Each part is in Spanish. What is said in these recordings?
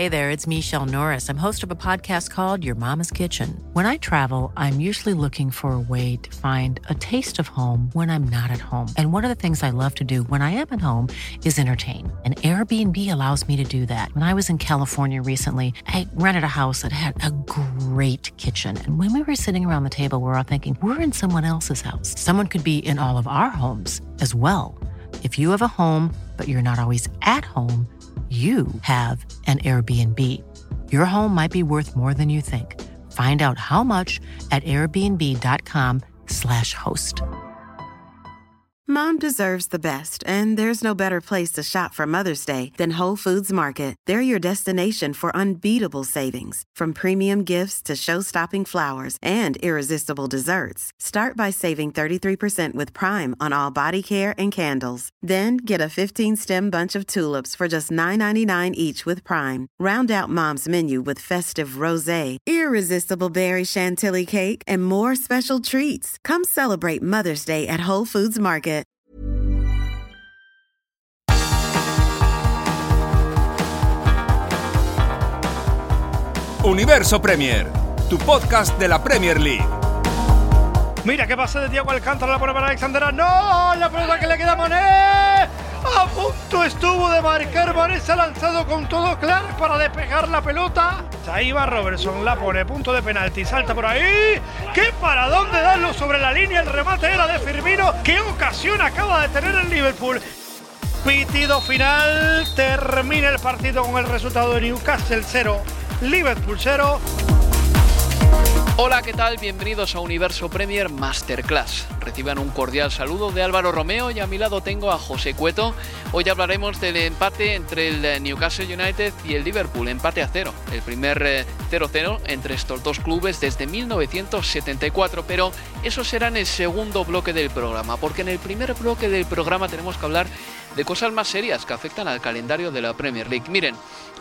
Hey there, it's Michelle Norris. I'm host of a podcast called Your Mama's Kitchen. When I travel, I'm usually looking for a way to find a taste of home when I'm not at home. And one of the things I love to do when I am at home is entertain. And Airbnb allows me to do that. When I was in California recently, I rented a house that had a great kitchen. And when we were sitting around the table, we were all thinking, we're in someone else's house. Someone could be in all of our homes as well. If you have a home, but you're not always at home, you have an Airbnb. Your home might be worth more than you think. Find out how much at airbnb.com/host. Mom deserves the best, and there's no better place to shop for Mother's Day than Whole Foods Market. They're your destination for unbeatable savings, from premium gifts to show-stopping flowers and irresistible desserts. Start by saving 33% with Prime on all body care and candles. Then get a 15-stem bunch of tulips for just $9.99 each with Prime. Round out Mom's menu with festive rosé, irresistible berry chantilly cake, and more special treats. Come celebrate Mother's Day at Whole Foods Market. Universo Premier, tu podcast de la Premier League. Mira qué pasa de Thiago Alcántara, la pone para Alexandra. ¡No! La pelota que le queda a Mané. A punto estuvo de marcar. Mané se ha lanzado con todo Clark para despejar la pelota. Ahí va Robertson, la pone, punto de penalti, salta por ahí. ¡Qué paradón de darlo sobre la línea! El remate era de Firmino. ¡Qué ocasión acaba de tener el Liverpool! Pitido final, termina el partido con el resultado de Newcastle 0, Liverpool 0. Hola, ¿qué tal? Bienvenidos a Universo Premier Masterclass. Reciban un cordial saludo de Álvaro Romeo y a mi lado tengo a José Cueto. Hoy hablaremos del empate entre el Newcastle United y el Liverpool, empate a 0. El primer 0-0 entre estos dos clubes desde 1974, pero eso será en el segundo bloque del programa, porque en el primer bloque del programa tenemos que hablar de cosas más serias que afectan al calendario de la Premier League. Miren,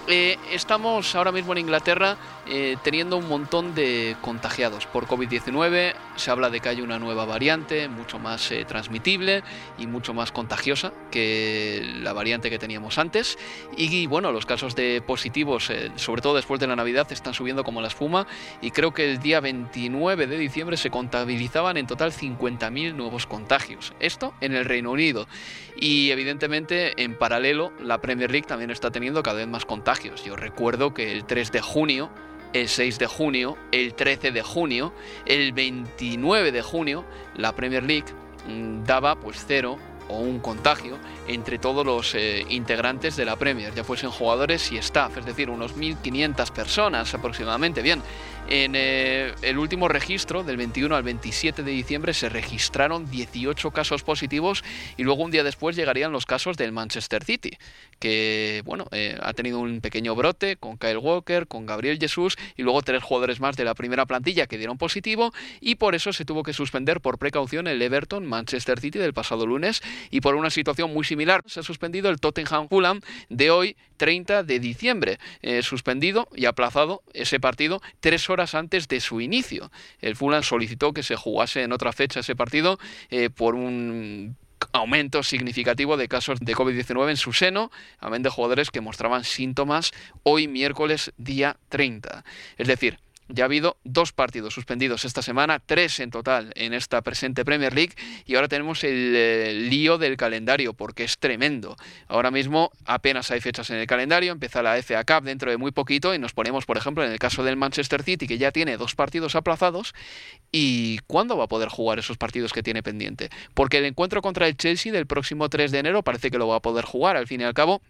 estamos ahora mismo en Inglaterra teniendo un montón de contagiados por COVID-19. Se habla de que hay una nueva variante mucho más transmitible y mucho más contagiosa que la variante que teníamos antes. Y bueno, los casos de positivos, sobre todo después de la Navidad, están subiendo como la espuma. Y creo que el día 29 de diciembre se contabilizaban en total 50.000 nuevos contagios. Esto en el Reino Unido. Y evidentemente, en paralelo, la Premier League también está teniendo cada vez más contagios. Yo recuerdo que el 3 de junio, el 6 de junio, el 13 de junio, el 29 de junio, la Premier League daba pues 0 o un contagio entre todos los integrantes de la Premier, ya fuesen jugadores y staff, es decir, unos 1.500 personas aproximadamente. Bien, en el último registro, del 21 al 27 de diciembre, se registraron 18 casos positivos y luego un día después llegarían los casos del Manchester City, que bueno, ha tenido un pequeño brote con Kyle Walker, con Gabriel Jesús y luego 3 jugadores más de la primera plantilla que dieron positivo, y por eso se tuvo que suspender por precaución el Everton Manchester City del pasado lunes, y por una situación muy similar se ha suspendido el Tottenham Fulham de hoy, 30 de diciembre, suspendido y aplazado ese partido 3 horas antes de su inicio. El Fulham solicitó que se jugase en otra fecha ese partido por un aumento significativo de casos de COVID-19 en su seno, amén de jugadores que mostraban síntomas hoy miércoles día 30. Es decir, ya ha habido 2 partidos suspendidos esta semana, 3 en total en esta presente Premier League, y ahora tenemos el lío del calendario, porque es tremendo. Ahora mismo apenas hay fechas en el calendario, empieza la FA Cup dentro de muy poquito y nos ponemos, por ejemplo, en el caso del Manchester City, que ya tiene 2 partidos aplazados. ¿Y cuándo va a poder jugar esos partidos que tiene pendiente? Porque el encuentro contra el Chelsea del próximo 3 de enero parece que lo va a poder jugar, al fin y al cabo.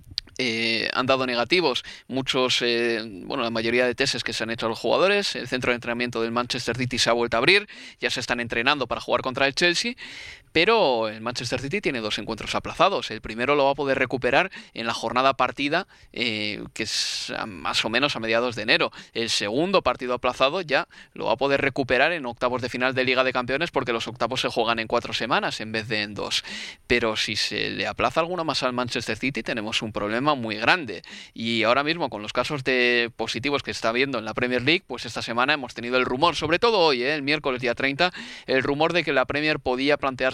Han dado negativos muchos, la mayoría de testes que se han hecho a los jugadores. El centro de entrenamiento del Manchester City se ha vuelto a abrir, ya se están entrenando para jugar contra el Chelsea, pero el Manchester City tiene 2 encuentros aplazados. El primero lo va a poder recuperar en la jornada partida, que es más o menos a mediados de enero. El segundo partido aplazado ya lo va a poder recuperar en octavos de final de Liga de Campeones, porque los octavos se juegan en 4 semanas en vez de en 2. Pero si se le aplaza alguno más al Manchester City, tenemos un problema muy grande. Y ahora mismo, con los casos de positivos que está habiendo en la Premier League, pues esta semana hemos tenido el rumor, sobre todo hoy, el miércoles día 30, el rumor de que la Premier podía plantearse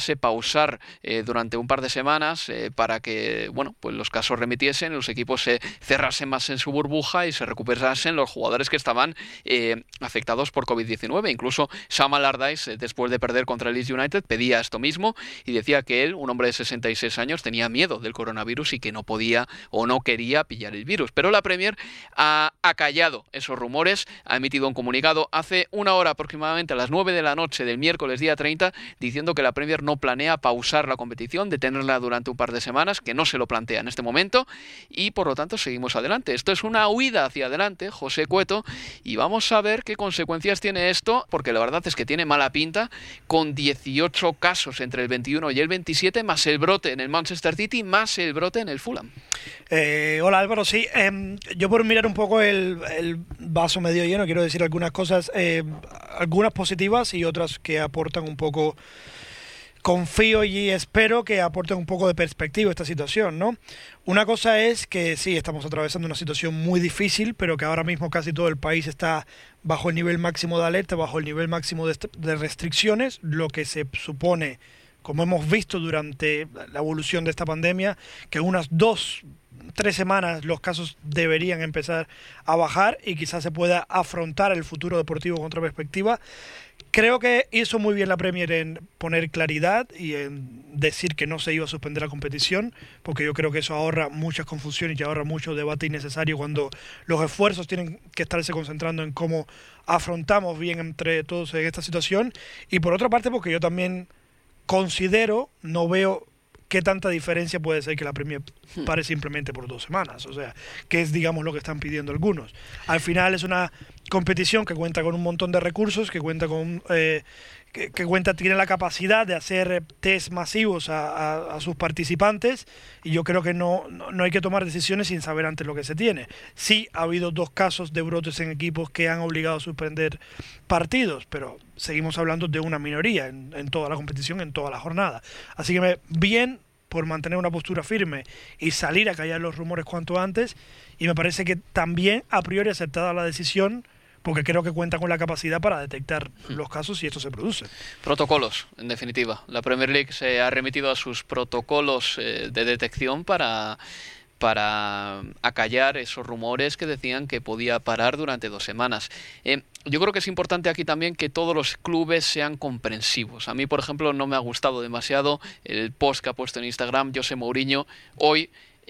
plantearse pausar durante un par de semanas para que, bueno, pues los casos remitiesen, los equipos se cerrasen más en su burbuja y se recuperasen los jugadores que estaban afectados por COVID-19. Incluso Sam Allardyce, después de perder contra el Leeds United, pedía esto mismo y decía que él, un hombre de 66 años, tenía miedo del coronavirus y que no podía o no quería pillar el virus. Pero la Premier ha callado esos rumores, ha emitido un comunicado hace una hora aproximadamente, a las 9 de la noche del miércoles día 30, diciendo que la Premier no planea pausar la competición, detenerla durante un par de semanas, que no se lo plantea en este momento y por lo tanto seguimos adelante. Esto es una huida hacia adelante, José Cueto, y vamos a ver qué consecuencias tiene esto, porque la verdad es que tiene mala pinta, con 18 casos entre el 21 y el 27, más el brote en el Manchester City, más el brote en el Fulham. Hola Álvaro, sí, yo por mirar un poco el vaso medio lleno quiero decir algunas cosas, algunas positivas y otras que aportan un poco, confío y espero que aporten un poco de perspectiva a esta situación, ¿no? Una cosa es que sí, estamos atravesando una situación muy difícil, pero que ahora mismo casi todo el país está bajo el nivel máximo de alerta, bajo el nivel máximo de restricciones, lo que se supone, como hemos visto durante la evolución de esta pandemia, que unas 2-3 semanas los casos deberían empezar a bajar y quizás se pueda afrontar el futuro deportivo con otra perspectiva. Creo que hizo muy bien la Premier en poner claridad y en decir que no se iba a suspender la competición, porque yo creo que eso ahorra muchas confusiones y ahorra mucho debate innecesario cuando los esfuerzos tienen que estarse concentrando en cómo afrontamos bien entre todos en esta situación. Y por otra parte, porque yo también considero, no veo qué tanta diferencia puede ser que la Premier pare simplemente por 2 semanas, o sea, que es, digamos, lo que están pidiendo algunos. Al final es una competición que cuenta con un montón de recursos, que cuenta con tiene la capacidad de hacer test masivos a sus participantes, y yo creo que no hay que tomar decisiones sin saber antes lo que se tiene. Sí, ha habido 2 casos de brotes en equipos que han obligado a suspender partidos, pero seguimos hablando de una minoría en toda la competición, en toda la jornada. Así que bien por mantener una postura firme y salir a callar los rumores cuanto antes, y me parece que también a priori aceptada la decisión, porque creo que cuenta con la capacidad para detectar los casos si esto se produce. Protocolos, en definitiva. La Premier League se ha remitido a sus protocolos de detección para acallar esos rumores que decían que podía parar durante 2 semanas. Yo creo que es importante aquí también que todos los clubes sean comprensivos. A mí, por ejemplo, no me ha gustado demasiado el post que ha puesto en Instagram José Mourinho hoy,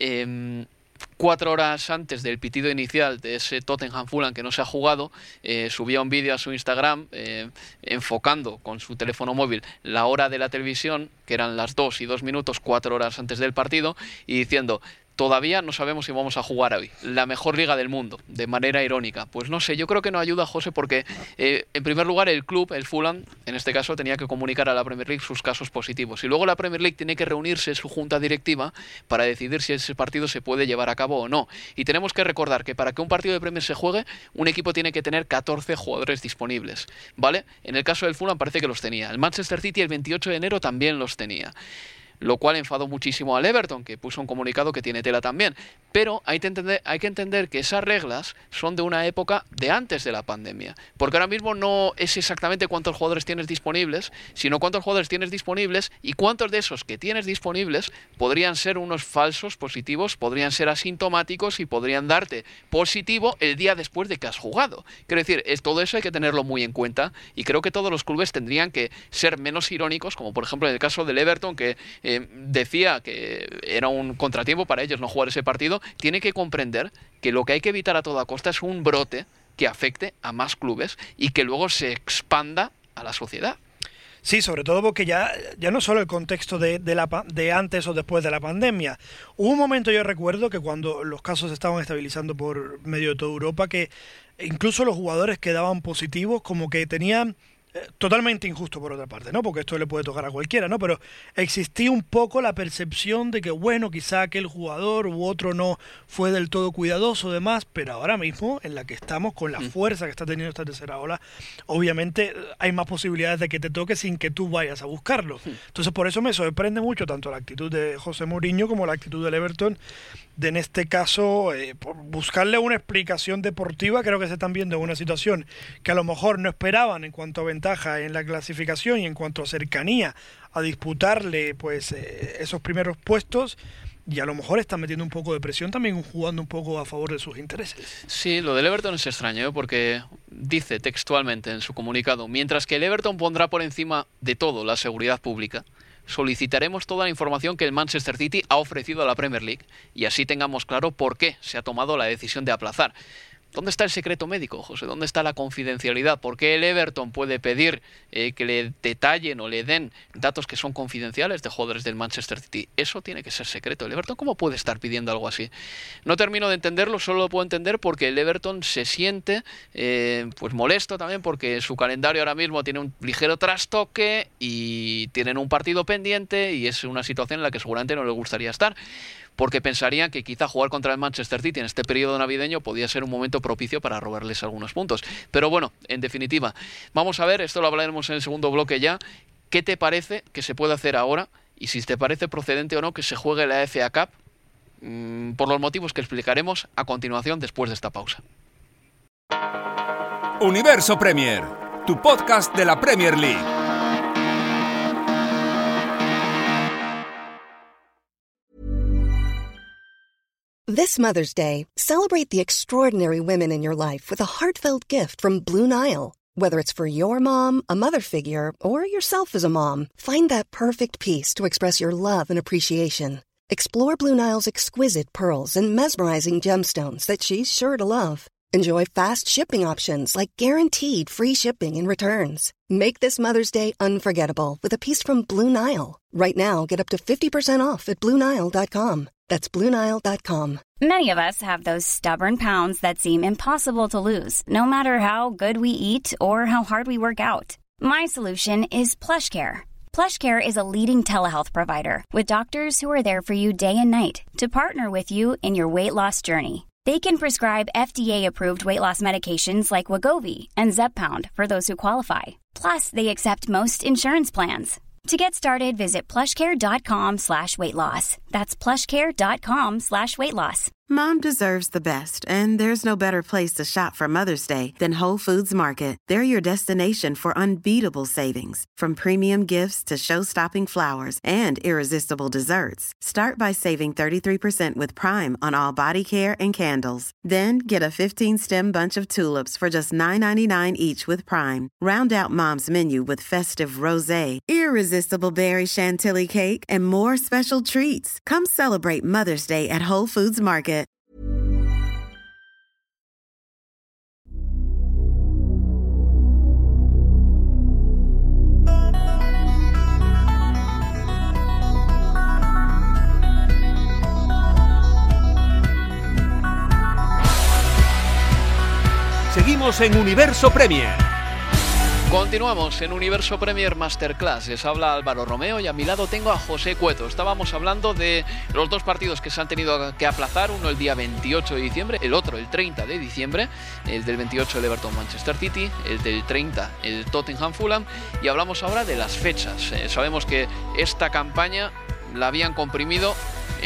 4 horas antes del pitido inicial de ese Tottenham Fulham que no se ha jugado, subía un vídeo a su Instagram enfocando con su teléfono móvil la hora de la televisión, que eran las 2:02, 4 horas antes del partido, y diciendo: todavía no sabemos si vamos a jugar hoy. La mejor liga del mundo, de manera irónica. Pues no sé, yo creo que no ayuda, José, porque en primer lugar el club, el Fulham, en este caso, tenía que comunicar a la Premier League sus casos positivos. Y luego la Premier League tiene que reunirse su junta directiva para decidir si ese partido se puede llevar a cabo o no. Y tenemos que recordar que para que un partido de Premier se juegue, un equipo tiene que tener 14 jugadores disponibles, ¿vale? En el caso del Fulham parece que los tenía. El Manchester City el 28 de enero también los tenía, lo cual enfadó muchísimo al Everton, que puso un comunicado que tiene tela también. Pero hay que entender que esas reglas son de una época de antes de la pandemia, porque ahora mismo no es exactamente cuántos jugadores tienes disponibles, sino cuántos jugadores tienes disponibles y cuántos de esos que tienes disponibles podrían ser unos falsos positivos, podrían ser asintomáticos y podrían darte positivo el día después de que has jugado. Quiero decir, todo eso hay que tenerlo muy en cuenta, y creo que todos los clubes tendrían que ser menos irónicos, como por ejemplo en el caso del Everton, que decía que era un contratiempo para ellos no jugar ese partido. Tiene que comprender que lo que hay que evitar a toda costa es un brote que afecte a más clubes y que luego se expanda a la sociedad. Sí, sobre todo porque ya no solo el contexto de antes o después de la pandemia. Hubo un momento, yo recuerdo, que cuando los casos se estaban estabilizando por medio de toda Europa, que incluso los jugadores que daban positivos como que tenían... totalmente injusto por otra parte, ¿no? Porque esto le puede tocar a cualquiera, ¿no? Pero existía un poco la percepción de que, bueno, quizá aquel jugador u otro no fue del todo cuidadoso, demás, pero ahora mismo, en la que estamos, con la fuerza que está teniendo esta tercera ola, obviamente hay más posibilidades de que te toque sin que tú vayas a buscarlo. Entonces, por eso me sorprende mucho tanto la actitud de José Mourinho como la actitud del Everton, de en este caso, por buscarle una explicación deportiva. Creo que se están viendo una situación que a lo mejor no esperaban en cuanto a ventaja ventaja en la clasificación y en cuanto a cercanía a disputarle pues esos primeros puestos, y a lo mejor están metiendo un poco de presión también, jugando un poco a favor de sus intereses. Sí, lo del Everton es extraño, porque dice textualmente en su comunicado: mientras que el Everton pondrá por encima de todo la seguridad pública, solicitaremos toda la información que el Manchester City ha ofrecido a la Premier League y así tengamos claro por qué se ha tomado la decisión de aplazar. ¿Dónde está el secreto médico, José? ¿Dónde está la confidencialidad? ¿Por qué el Everton puede pedir que le detallen o le den datos que son confidenciales de jugadores del Manchester City? Eso tiene que ser secreto. ¿El Everton cómo puede estar pidiendo algo así? No termino de entenderlo, solo lo puedo entender porque el Everton se siente pues molesto también, porque su calendario ahora mismo tiene un ligero trastoque y tienen un partido pendiente y es una situación en la que seguramente no les gustaría estar, porque pensarían que quizá jugar contra el Manchester City en este periodo navideño podía ser un momento propicio para robarles algunos puntos. Pero bueno, en definitiva, vamos a ver, esto lo hablaremos en el segundo bloque ya, ¿qué te parece que se puede hacer ahora? Y si te parece procedente o no que se juegue la FA Cup, por los motivos que explicaremos a continuación después de esta pausa. Universo Premier, tu podcast de la Premier League. This Mother's Day, celebrate the extraordinary women in your life with a heartfelt gift from Blue Nile. Whether it's for your mom, a mother figure, or yourself as a mom, find that perfect piece to express your love and appreciation. Explore Blue Nile's exquisite pearls and mesmerizing gemstones that she's sure to love. Enjoy fast shipping options like guaranteed free shipping and returns. Make this Mother's Day unforgettable with a piece from Blue Nile. Right now, get up to 50% off at BlueNile.com. That's BlueNile.com. Many of us have those stubborn pounds that seem impossible to lose, no matter how good we eat or how hard we work out. My solution is PlushCare. PlushCare is a leading telehealth provider with doctors who are there for you day and night to partner with you in your weight loss journey. They can prescribe FDA-approved weight loss medications like Wegovy and Zepbound for those who qualify. Plus, they accept most insurance plans. To get started, visit plushcare.com/weightloss. That's plushcare.com/weightloss. Mom deserves the best, and there's no better place to shop for Mother's Day than Whole Foods Market. They're your destination for unbeatable savings, from premium gifts to show-stopping flowers and irresistible desserts. Start by saving 33% with Prime on all body care and candles. Then get a 15-stem bunch of tulips for just $9.99 each with Prime. Round out Mom's menu with festive rosé, irresistible berry chantilly cake, and more special treats. Come celebrate Mother's Day at Whole Foods Market. Seguimos en Universo Premier. Continuamos en Universo Premier Masterclass. Les habla Álvaro Romeo y a mi lado tengo a José Cueto. Estábamos hablando de los dos partidos que se han tenido que aplazar, uno el día 28 de diciembre, el otro el 30 de diciembre, el del 28 el Everton Manchester City, el del 30 el Tottenham Fulham, y hablamos ahora de las fechas. Sabemos que esta campaña la habían comprimido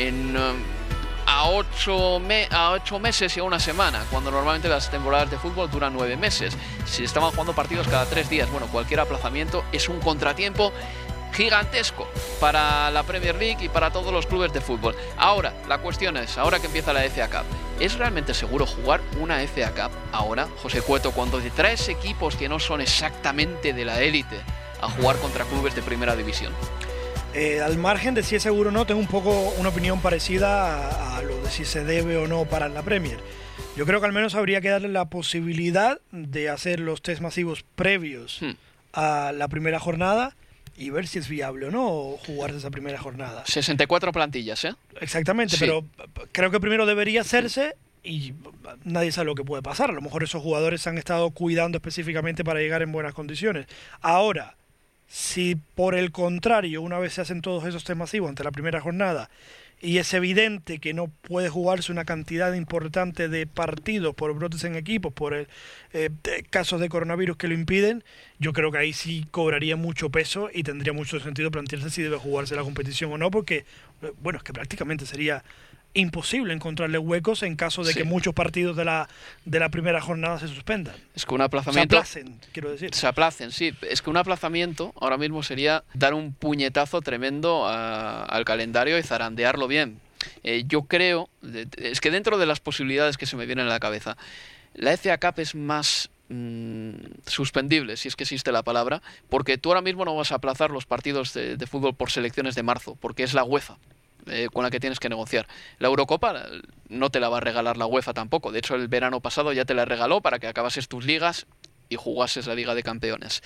a 8 meses y a una semana, cuando normalmente las temporadas de fútbol duran 9 meses. Si estaban jugando partidos cada 3 días, bueno, cualquier aplazamiento es un contratiempo gigantesco para la Premier League y para todos los clubes de fútbol. Ahora, la cuestión es, ahora que empieza la FA Cup, ¿es realmente seguro jugar una FA Cup ahora, José Cueto, cuando te traes equipos que no son exactamente de la élite a jugar contra clubes de primera división? Al margen de si es seguro o no, tengo un poco una opinión parecida a lo de si se debe o no parar la Premier. Yo creo que al menos habría que darle la posibilidad de hacer los test masivos previos a la primera jornada y ver si es viable o no jugar esa primera jornada. 64 plantillas, ¿eh? Exactamente, sí. Pero creo que primero debería hacerse y nadie sabe lo que puede pasar. A lo mejor esos jugadores se han estado cuidando específicamente para llegar en buenas condiciones. Ahora, si por el contrario, una vez se hacen todos esos test masivos ante la primera jornada y es evidente que no puede jugarse una cantidad importante de partidos por brotes en equipos, por casos de coronavirus que lo impiden, yo creo que ahí sí cobraría mucho peso y tendría mucho sentido plantearse si debe jugarse la competición o no, porque bueno, es que prácticamente sería imposible encontrarle huecos en caso de que muchos partidos de la primera jornada se suspendan. Es que un aplazamiento... Se aplacen, quiero decir. Se aplacen, sí. Es que un aplazamiento ahora mismo sería dar un puñetazo tremendo al calendario y zarandearlo bien. Yo creo, es que dentro de las posibilidades que se me vienen a la cabeza, la FA Cup es más suspendible, si es que existe la palabra, porque tú ahora mismo no vas a aplazar los partidos de fútbol por selecciones de marzo, porque es la UEFA con la que tienes que negociar. La Eurocopa no te la va a regalar la UEFA tampoco. De hecho, el verano pasado ya te la regaló para que acabases tus ligas y jugases la Liga de Campeones.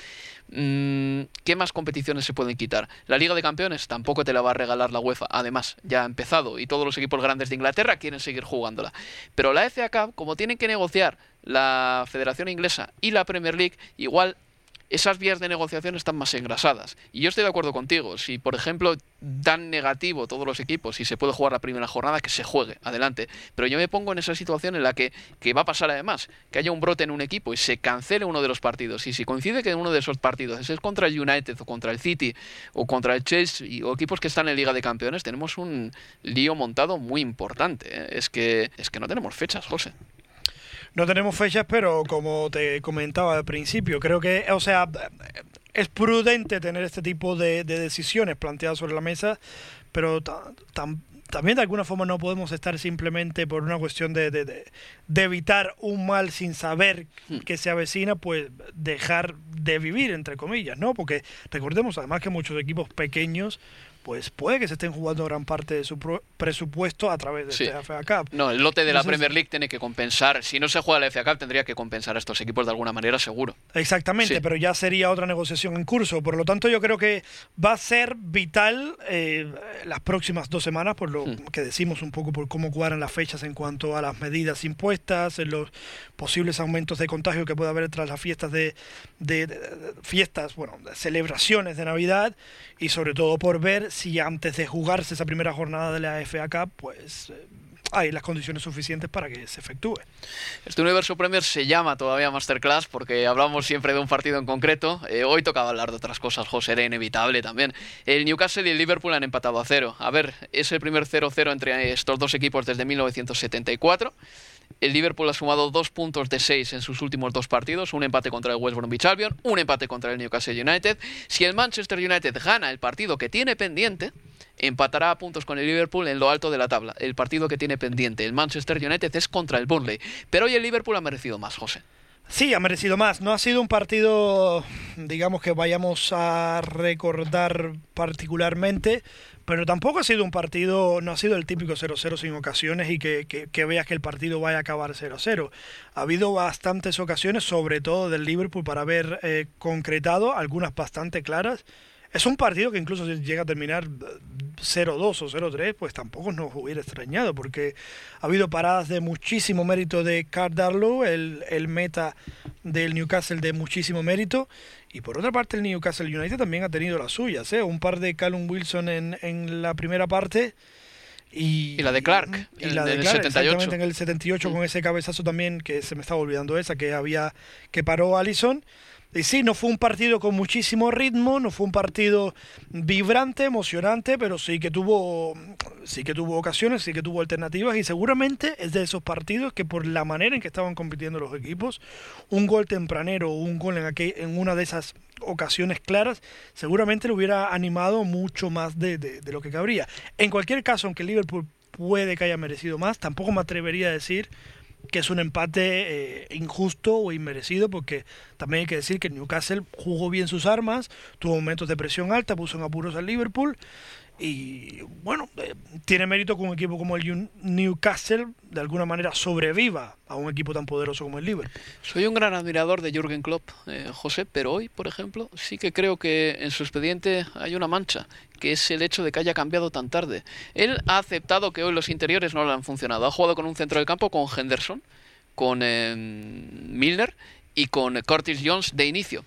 ¿Qué más competiciones se pueden quitar? La Liga de Campeones tampoco te la va a regalar la UEFA. Además, ya ha empezado y todos los equipos grandes de Inglaterra quieren seguir jugándola. Pero la FA Cup, como tienen que negociar la Federación Inglesa y la Premier League, igual esas vías de negociación están más engrasadas. Y yo estoy de acuerdo contigo. Si, por ejemplo, dan negativo todos los equipos y se puede jugar la primera jornada, que se juegue, adelante. Pero yo me pongo en esa situación en la que va a pasar además, que haya un brote en un equipo y se cancele uno de los partidos. Y si coincide que uno de esos partidos es contra el United o contra el City o contra el Chelsea o equipos que están en Liga de Campeones, tenemos un lío montado muy importante, ¿eh? Es que no tenemos fechas, José. No tenemos fechas, pero como te comentaba al principio, creo que, es prudente tener este tipo de decisiones planteadas sobre la mesa, pero también de alguna forma no podemos estar simplemente por una cuestión de evitar un mal sin saber que se avecina, pues dejar de vivir, entre comillas, ¿no? Porque recordemos además que muchos equipos pequeños pues puede que se estén jugando gran parte de su presupuesto a través de esta FA Cup. No, el lote de la Premier League tiene que compensar. Si no se juega la FA Cup, tendría que compensar a estos equipos de alguna manera, seguro. Exactamente, pero ya sería otra negociación en curso. Por lo tanto, yo creo que va a ser vital las próximas 2 semanas, por lo que decimos un poco por cómo cuadran las fechas en cuanto a las medidas impuestas, en los posibles aumentos de contagio que puede haber tras las fiestas de celebraciones de Navidad, y sobre todo por ver si antes de jugarse esa primera jornada de la FA Cup, pues hay las condiciones suficientes para que se efectúe. Este Universo Premier se llama todavía Masterclass porque hablamos siempre de un partido en concreto. Hoy tocaba hablar de otras cosas, José, era inevitable también. El Newcastle y el Liverpool han empatado a 0. A ver, es el primer 0-0 entre estos dos equipos desde 1974. El Liverpool ha sumado 2 puntos de 6 en sus últimos 2 partidos, un empate contra el West Bromwich Albion, un empate contra el Newcastle United. Si el Manchester United gana el partido que tiene pendiente, empatará a puntos con el Liverpool en lo alto de la tabla. El partido que tiene pendiente el Manchester United es contra el Burnley, pero hoy el Liverpool ha merecido más, José. Sí, ha merecido más. No ha sido un partido, digamos, que vayamos a recordar particularmente, pero tampoco ha sido un partido, no ha sido el típico 0-0 sin ocasiones y que veas que el partido vaya a acabar 0-0. Ha habido bastantes ocasiones, sobre todo del Liverpool, para haber concretado, algunas bastante claras. Es un partido que incluso si llega a terminar 0-2 o 0-3, pues tampoco nos hubiera extrañado, porque ha habido paradas de muchísimo mérito de Karl Darlow, el meta del Newcastle de muchísimo mérito, y por otra parte el Newcastle United también ha tenido las suyas, un par de Callum Wilson en la primera parte, y la de Clark, en el 78. En el 78 con ese cabezazo también, que se me estaba olvidando que paró Alisson. Y sí, no fue un partido con muchísimo ritmo, no fue un partido vibrante, emocionante, pero sí que tuvo ocasiones, sí que tuvo alternativas, y seguramente es de esos partidos que por la manera en que estaban compitiendo los equipos, un gol tempranero o un gol en una de esas ocasiones claras, seguramente le hubiera animado mucho más de lo que cabría. En cualquier caso, aunque el Liverpool puede que haya merecido más, tampoco me atrevería a decir que es un empate injusto o inmerecido, porque también hay que decir que el Newcastle jugó bien sus armas, tuvo momentos de presión alta, puso en apuros al Liverpool, y bueno, tiene mérito que un equipo como el Newcastle de alguna manera sobreviva a un equipo tan poderoso como el Liverpool. Soy un gran admirador de Jürgen Klopp, José, pero hoy, por ejemplo, sí que creo que en su expediente hay una mancha, que es el hecho de que haya cambiado tan tarde. Él ha aceptado que hoy los interiores no le han funcionado. Ha jugado con un centro del campo con Henderson, con Milner y con Curtis Jones de inicio.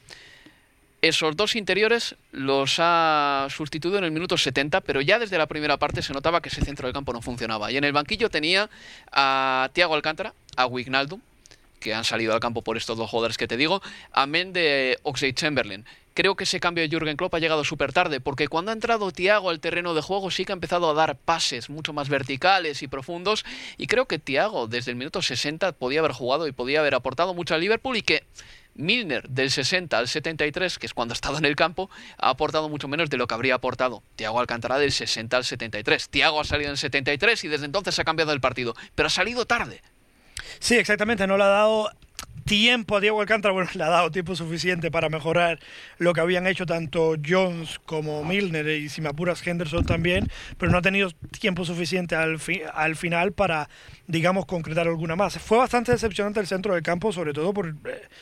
Esos 2 interiores los ha sustituido en el minuto 70, pero ya desde la primera parte se notaba que ese centro del campo no funcionaba. Y en el banquillo tenía a Thiago Alcántara, a Wijnaldum, que han salido al campo por estos 2 jugadores que te digo, amén de Oxlade-Chamberlain, creo que ese cambio de Jürgen Klopp ha llegado súper tarde, porque cuando ha entrado Thiago al terreno de juego sí que ha empezado a dar pases mucho más verticales y profundos, y creo que Thiago desde el minuto 60 podía haber jugado y podía haber aportado mucho al Liverpool, y que Milner del 60 al 73, que es cuando ha estado en el campo, ha aportado mucho menos de lo que habría aportado Thiago Alcántara del 60 al 73. Thiago ha salido en el 73 y desde entonces ha cambiado el partido, pero ha salido tarde. Sí, exactamente, no le ha dado tiempo a Thiago Alcántara, bueno, le ha dado tiempo suficiente para mejorar lo que habían hecho tanto Jones como Milner y, si me apuras, Henderson también, pero no ha tenido tiempo suficiente al final para, digamos, concretar alguna más. Fue bastante decepcionante el centro del campo, sobre todo por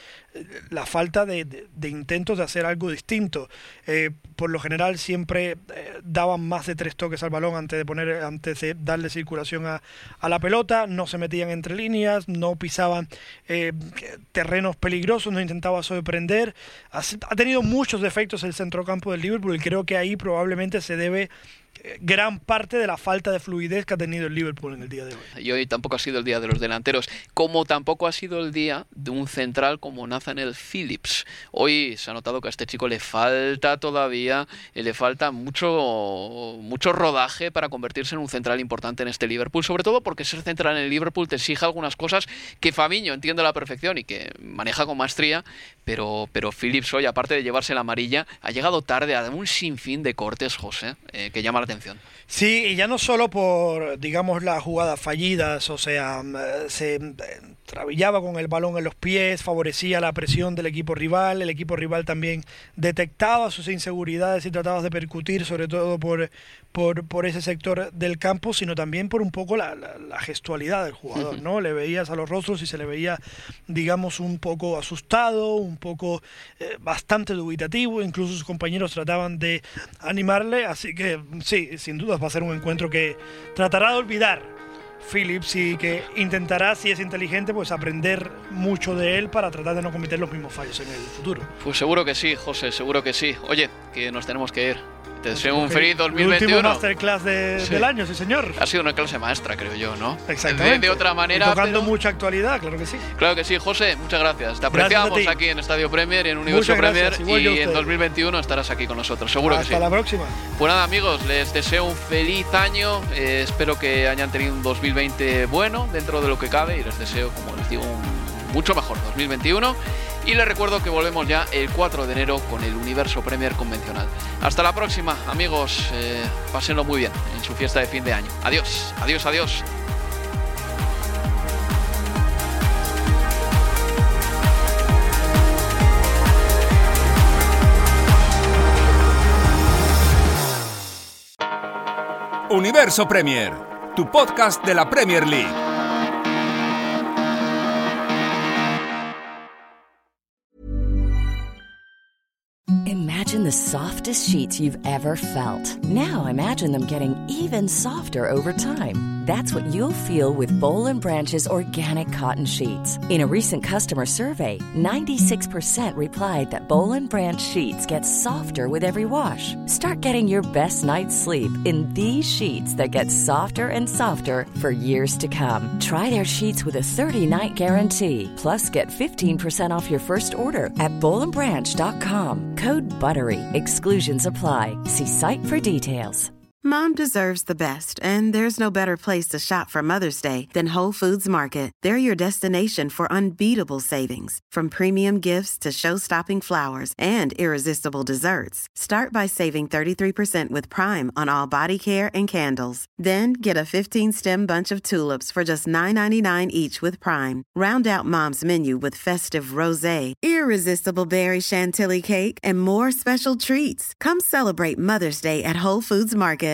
la falta de intentos de hacer algo distinto. Por lo general siempre daban más de 3 toques al balón antes de darle circulación a la pelota, no se metían entre líneas, no pisaban terrenos peligrosos, no intentaba sorprender. Ha tenido muchos defectos el centrocampo del Liverpool, y creo que ahí probablemente se debe gran parte de la falta de fluidez que ha tenido el Liverpool en el día de hoy. Y hoy tampoco ha sido el día de los delanteros, como tampoco ha sido el día de un central como Nathaniel Phillips. Hoy se ha notado que a este chico le falta todavía, le falta mucho rodaje para convertirse en un central importante en este Liverpool, sobre todo porque ser central en el Liverpool te exige algunas cosas que Fabinho entiende a la perfección y que maneja con maestría, pero Phillips hoy, aparte de llevarse la amarilla, ha llegado tarde a un sinfín de cortes, José, que llama la atención. Sí, y ya no solo por, digamos, las jugadas fallidas, o sea, se trabillaba con el balón en los pies, favorecía la presión del equipo rival, el equipo rival también detectaba sus inseguridades y trataba de percutir, sobre todo por ese sector del campo, sino también por un poco la gestualidad del jugador, ¿no? Le veías a los rostros y se le veía, digamos, un poco asustado, un poco bastante dubitativo, incluso sus compañeros trataban de animarle, así que sí, sin duda va a ser un encuentro que tratará de olvidar Phillips y que intentará, si es inteligente, pues aprender mucho de él para tratar de no cometer los mismos fallos en el futuro. Pues seguro que sí, José, seguro que sí. Oye, que nos tenemos que ir. Te deseo un feliz 2021. El último masterclass del año, sí señor. Ha sido una clase maestra, creo yo, ¿no? Exactamente. De otra manera. Y tocando mucha actualidad, claro que sí. Claro que sí, José, muchas gracias. Te apreciamos aquí en Estadio Premier y en Universo Premier, y en 2021 estarás aquí con nosotros, seguro que sí. Hasta la próxima. Pues nada, amigos, les deseo un feliz año. Espero que hayan tenido un 2020 bueno dentro de lo que cabe, y les deseo, como les digo, un mucho mejor 2021. Y les recuerdo que volvemos ya el 4 de enero con el Universo Premier convencional. Hasta la próxima, amigos. Pásenlo muy bien en su fiesta de fin de año. Adiós, adiós, adiós. Universo Premier, tu podcast de la Premier League. Imagine the softest sheets you've ever felt. Now imagine them getting even softer over time. That's what you'll feel with Boll & Branch's organic cotton sheets. In a recent customer survey, 96% replied that Boll & Branch sheets get softer with every wash. Start getting your best night's sleep in these sheets that get softer and softer for years to come. Try their sheets with a 30-night guarantee. Plus, get 15% off your first order at bollandbranch.com. Code BUTTERY. Exclusions apply. See site for details. Mom deserves the best, and there's no better place to shop for Mother's Day than Whole Foods Market. They're your destination for unbeatable savings, from premium gifts to show-stopping flowers and irresistible desserts. Start by saving 33% with Prime on all body care and candles. Then get a 15-stem bunch of tulips for just $9.99 each with Prime. Round out Mom's menu with festive rosé, irresistible berry chantilly cake, and more special treats. Come celebrate Mother's Day at Whole Foods Market.